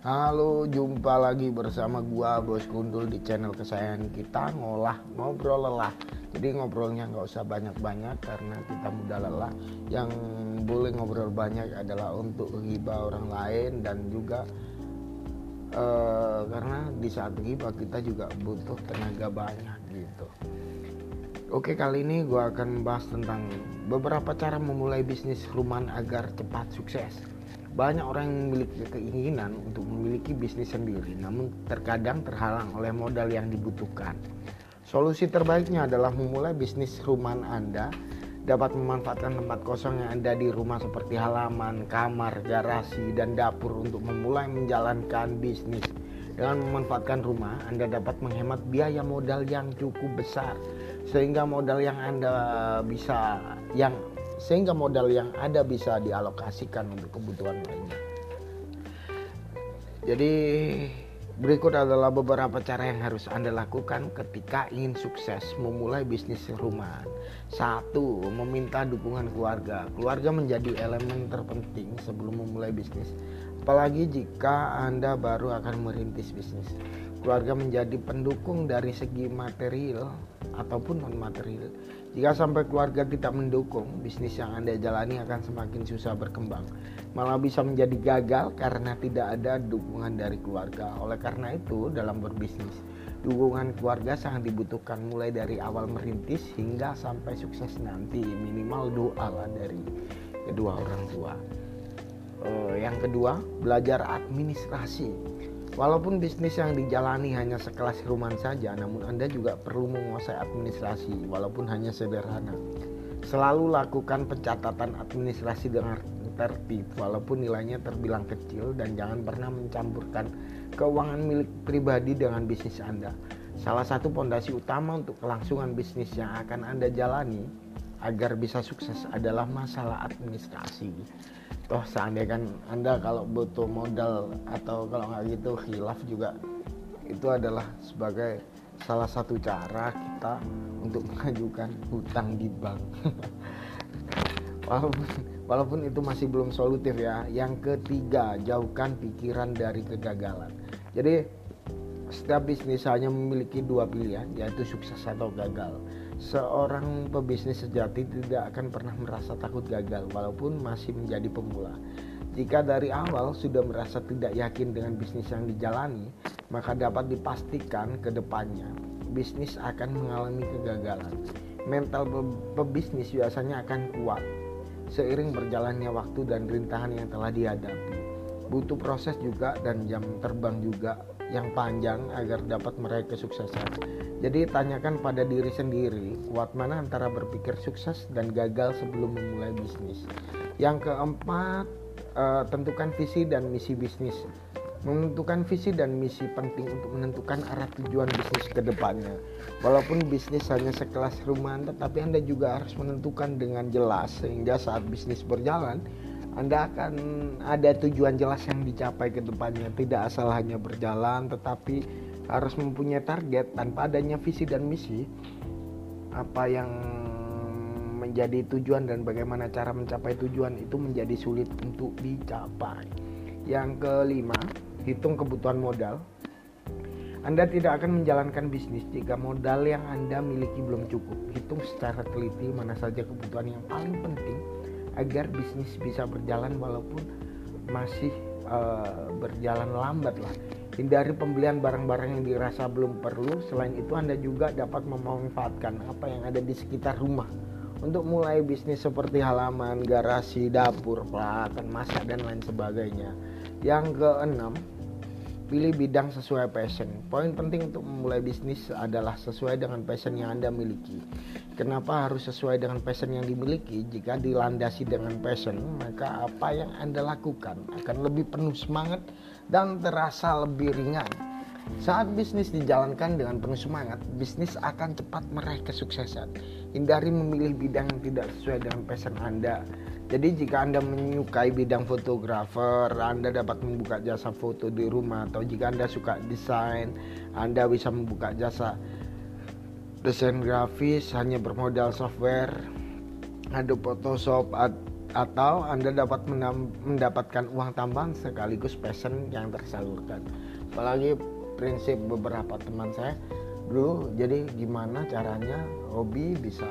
Halo, jumpa lagi bersama gua Bos Gundul di channel kesayangan kita, ngobrol lelah. Jadi ngobrolnya nggak usah banyak-banyak karena kita mudah lelah. Yang boleh ngobrol banyak adalah untuk ghibah orang lain dan juga karena di saat ghibah kita juga butuh tenaga banyak gitu. Oke, kali ini gua akan membahas tentang beberapa cara memulai bisnis rumahan agar cepat sukses. Banyak orang yang memiliki keinginan untuk memiliki bisnis sendiri, namun terkadang terhalang oleh modal yang dibutuhkan. Solusi terbaiknya adalah memulai bisnis rumahan Anda. Dapat memanfaatkan tempat kosong yang ada di rumah seperti halaman, kamar, garasi, dan dapur untuk memulai menjalankan bisnis. Dengan memanfaatkan rumah, Anda dapat menghemat biaya modal yang cukup besar, sehingga modal yang ada bisa dialokasikan untuk kebutuhan lainnya. Jadi berikut adalah beberapa cara yang harus Anda lakukan ketika ingin sukses memulai bisnis rumahan. 1. Meminta dukungan keluarga. Keluarga menjadi elemen terpenting sebelum memulai bisnis, apalagi jika Anda baru akan merintis bisnis. Keluarga menjadi pendukung dari segi material ataupun non material. Jika sampai keluarga tidak mendukung, bisnis yang Anda jalani akan semakin susah berkembang, malah bisa menjadi gagal karena tidak ada dukungan dari keluarga. Oleh karena itu, dalam berbisnis, dukungan keluarga sangat dibutuhkan mulai dari awal merintis hingga sampai sukses nanti. Minimal doa lah dari kedua orang tua. Yang kedua, belajar administrasi. Walaupun bisnis yang dijalani hanya sekelas rumahan saja, namun Anda juga perlu menguasai administrasi walaupun hanya sederhana. Selalu lakukan pencatatan administrasi dengan tertib walaupun nilainya terbilang kecil, dan jangan pernah mencampurkan keuangan milik pribadi dengan bisnis Anda. Salah satu fondasi utama untuk kelangsungan bisnis yang akan Anda jalani agar bisa sukses adalah masalah administrasi. Toh seandainya kan Anda kalau butuh modal atau kalau nggak gitu khilaf juga, itu adalah sebagai salah satu cara kita untuk mengajukan hutang di bank. walaupun itu masih belum solutif ya. Yang ketiga, jauhkan pikiran dari kegagalan. Jadi setiap bisnis hanya memiliki dua pilihan, yaitu sukses atau gagal. Seorang pebisnis sejati tidak akan pernah merasa takut gagal walaupun masih menjadi pemula. Jika dari awal sudah merasa tidak yakin dengan bisnis yang dijalani, maka dapat dipastikan ke depannya bisnis akan mengalami kegagalan. Mental pebisnis biasanya akan kuat seiring berjalannya waktu dan rintangan yang telah dihadapi. Butuh proses juga dan jam terbang juga yang panjang agar dapat meraih kesuksesan. Jadi tanyakan pada diri sendiri, kuat mana antara berpikir sukses dan gagal sebelum memulai bisnis. Yang keempat, tentukan visi dan misi bisnis. Menentukan visi dan misi penting untuk menentukan arah tujuan bisnis ke depannya. Walaupun bisnis hanya sekelas rumahan, tetapi Anda juga harus menentukan dengan jelas sehingga saat bisnis berjalan, Anda akan ada tujuan jelas yang dicapai ke depannya. Tidak asal hanya berjalan, tetapi harus mempunyai target. Tanpa adanya visi dan misi, apa yang menjadi tujuan dan bagaimana cara mencapai tujuan itu menjadi sulit untuk dicapai. Yang kelima, hitung kebutuhan modal. Anda tidak akan menjalankan bisnis jika modal yang Anda miliki belum cukup. Hitung secara teliti mana saja kebutuhan yang paling penting agar bisnis bisa berjalan walaupun masih berjalan lambat lah. Hindari pembelian barang-barang yang dirasa belum perlu. Selain itu, Anda juga dapat memanfaatkan apa yang ada di sekitar rumah untuk mulai bisnis seperti halaman, garasi, dapur, peralatan masak, dan lain sebagainya. Yang keenam, pilih bidang sesuai passion. Poin penting untuk memulai bisnis adalah sesuai dengan passion yang Anda miliki. Kenapa harus sesuai dengan passion yang dimiliki? Jika dilandasi dengan passion, maka apa yang Anda lakukan akan lebih penuh semangat dan terasa lebih ringan. Saat bisnis dijalankan dengan penuh semangat, bisnis akan cepat meraih kesuksesan. Hindari memilih bidang yang tidak sesuai dengan passion Anda. Jadi jika Anda menyukai bidang fotografer, Anda dapat membuka jasa foto di rumah. Atau jika Anda suka desain, Anda bisa membuka jasa desain grafis hanya bermodal software Adobe Photoshop atau Anda dapat mendapatkan uang tambahan sekaligus passion yang tersalurkan. Apalagi prinsip beberapa teman saya dulu, jadi gimana caranya hobi bisa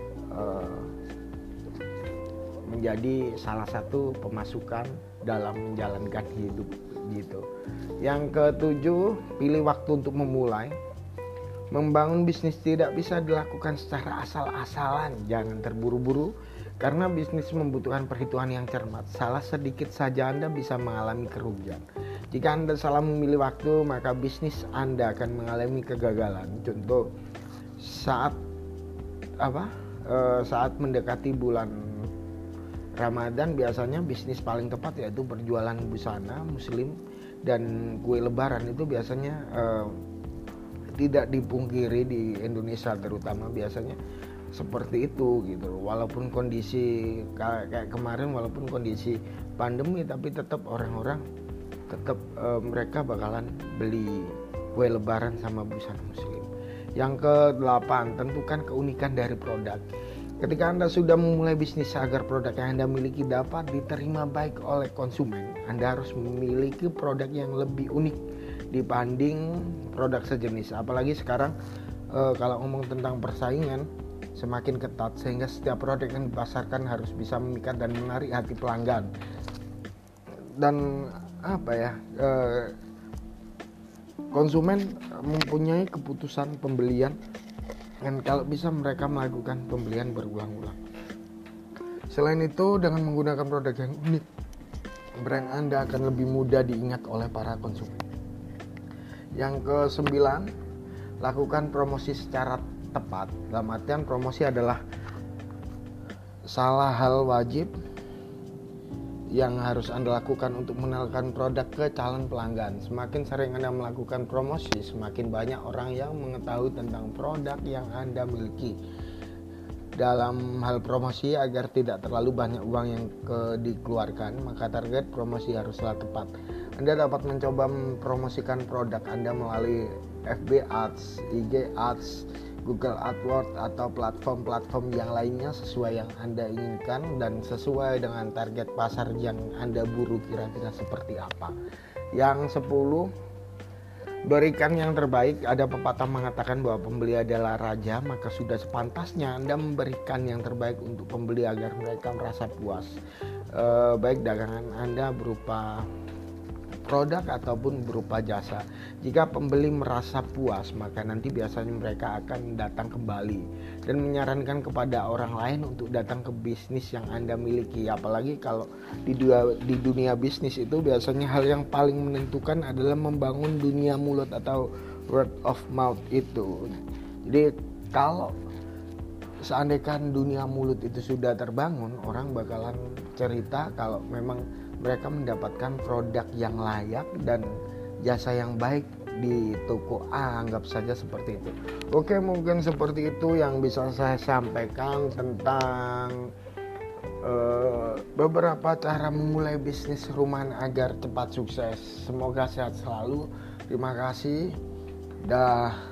menjadi salah satu pemasukan dalam menjalankan hidup gitu. Yang ketujuh, pilih waktu untuk memulai. Membangun bisnis tidak bisa dilakukan secara asal-asalan, jangan terburu-buru karena bisnis membutuhkan perhitungan yang cermat. Salah sedikit saja Anda bisa mengalami kerugian. Jika Anda salah memilih waktu, maka bisnis Anda akan mengalami kegagalan. Contoh, saat mendekati bulan Ramadan biasanya bisnis paling tepat yaitu berjualan busana muslim dan kue lebaran. Itu biasanya tidak dipungkiri di Indonesia terutama biasanya seperti itu gitu. Walaupun kondisi kayak kemarin, walaupun kondisi pandemi, tapi tetap orang-orang mereka bakalan beli kue lebaran sama busana muslim. Yang ke-8, tentukan keunikan dari produk. Ketika Anda sudah memulai bisnis agar produk yang Anda miliki dapat diterima baik oleh konsumen, Anda harus memiliki produk yang lebih unik dibanding produk sejenis. Apalagi sekarang kalau ngomong tentang persaingan semakin ketat, sehingga setiap produk yang dipasarkan harus bisa memikat dan menarik hati pelanggan. Dan konsumen mempunyai keputusan pembelian, dan kalau bisa mereka melakukan pembelian berulang-ulang. Selain itu, dengan menggunakan produk yang unik, brand Anda akan lebih mudah diingat oleh para konsumen. Yang ke-9, lakukan promosi secara tepat. Dalam artian promosi adalah salah hal wajib yang harus Anda lakukan untuk mengenalkan produk ke calon pelanggan. Semakin sering Anda melakukan promosi, semakin banyak orang yang mengetahui tentang produk yang Anda miliki. Dalam hal promosi, agar tidak terlalu banyak uang yang dikeluarkan, maka target promosi haruslah tepat. Anda dapat mencoba mempromosikan produk Anda melalui FB Ads, IG Ads, Google AdWords atau platform-platform yang lainnya sesuai yang Anda inginkan dan sesuai dengan target pasar yang Anda buru kira-kira seperti apa. Yang 10, berikan yang terbaik. Ada pepatah mengatakan bahwa pembeli adalah raja, maka sudah sepantasnya Anda memberikan yang terbaik untuk pembeli agar mereka merasa puas. Baik dagangan Anda berupa produk ataupun berupa jasa. Jika pembeli merasa puas, maka nanti biasanya mereka akan datang kembali dan menyarankan kepada orang lain untuk datang ke bisnis yang Anda miliki. Apalagi kalau di dunia bisnis itu biasanya hal yang paling menentukan adalah membangun dunia mulut atau word of mouth itu. Jadi kalau seandainya dunia mulut itu sudah terbangun, orang bakalan cerita kalau memang mereka mendapatkan produk yang layak dan jasa yang baik di toko A, anggap saja seperti itu. Oke, mungkin seperti itu yang bisa saya sampaikan tentang beberapa cara memulai bisnis rumahan agar cepat sukses. Semoga sehat selalu. Terima kasih. Dah.